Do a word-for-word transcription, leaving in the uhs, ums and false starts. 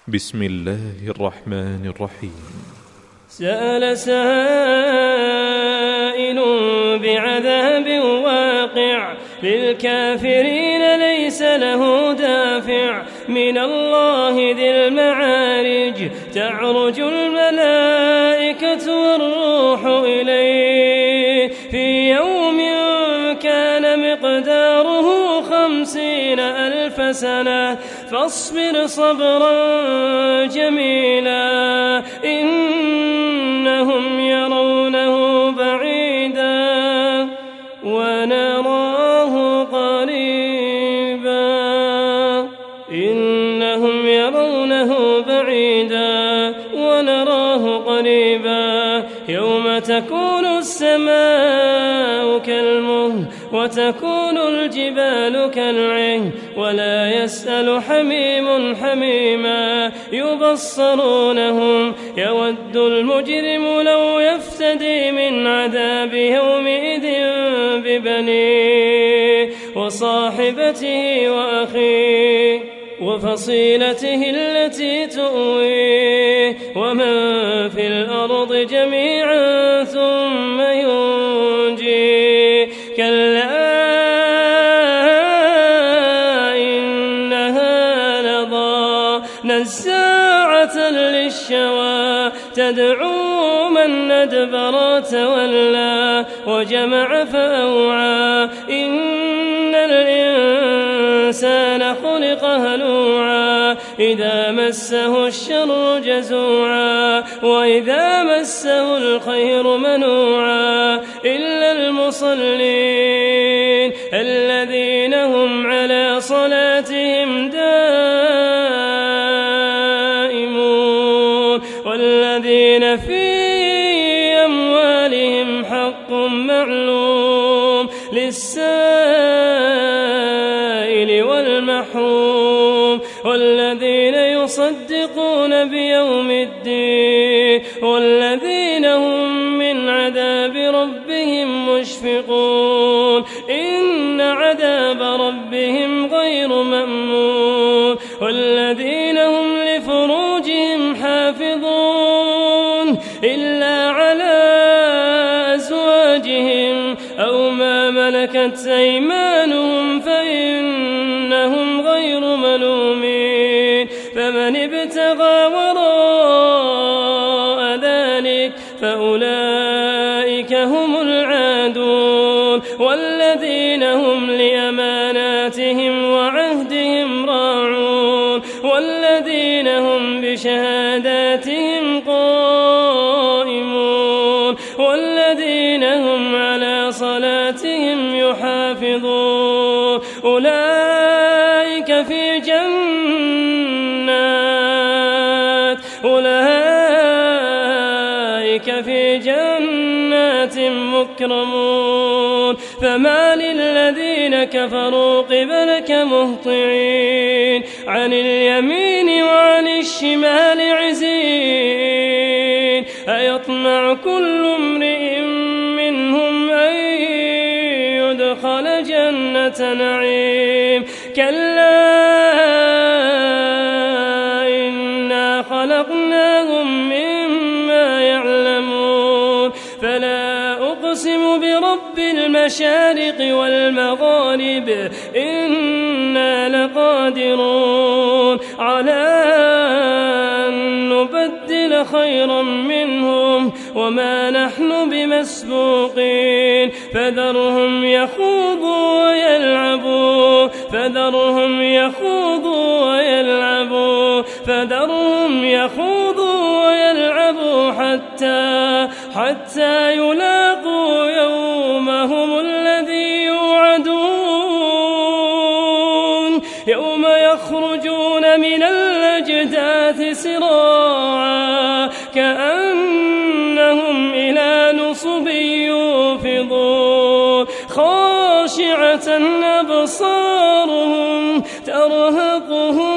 بسم الله الرحمن الرحيم. سأل سائل بعذاب واقع للكافرين ليس له دافع من الله ذي المعارج تعرج الملائكة والروح إليه في يوم كان مقداره خمسين ألف سنة فاصبر صبرا جميلا إنهم يرونه بعيدا ونراه قريبا إنهم يرونه بعيدا ونراه قريبا يوم تكون السماء كالمهل وتكون الجبال كالعهن ولا يسأل حميم حميما يبصرونهم يود المجرم لو يفتدي من عذاب يومئذ ببنيه وصاحبته وأخيه وفصيلته التي تؤويه ومن في الأرض جميعا ثم ينجيه كلا إنها لظى نزاعة للشوى تدعو من أدبر تولى وجمع فأوعى إن الإنسان خلق هلوعا إذا مسه الشر جزوعا وإذا مسه الخير منوعا إلا المصلين الذين هم على صلاتهم دائمون والذين في أموالهم حق معلوم للسائل والمحروم والذين يصدقون بيوم الدين والذين هم من عذاب ربهم مشفقون إن عذاب ربهم غير مأمون والذين هم لفروجهم حافظون إلا على أزواجهم أو ما ملكت أيمانهم فإنهم غير ملومين فمن ابتغى وراء ذلك فأولئك هم العادون والذين هم لأماناتهم وعهدهم راعون والذين هم بشهاداتهم قائمون والذين هم على صلاتهم يحافظون أولئك في جنات أولئك في جنات مكرمون فما للذين كفروا قبلك مهطعين عن اليمين وعن الشمال عزين أيطمع كل امرئ منهم أن يدخل جنة نعيم كلا إنا خلقناهم مما يعلمون فلا أقسم برب المشارق والمغارب إنا لقادرون على أن نبدل خيرا منهم وما نحن بمسبوقين فذرهم يخوضوا ويلعبوا فذرهم يخوضوا ويلعبوا فذرهم يخوضوا ويلعبوا حتى حتى يلاقوا يومهم الذي يوعدون يوم يخرجون من الأجداث سراعا كأنهم إلى نصب يوفضون خاشعة أبصارهم ترهقهم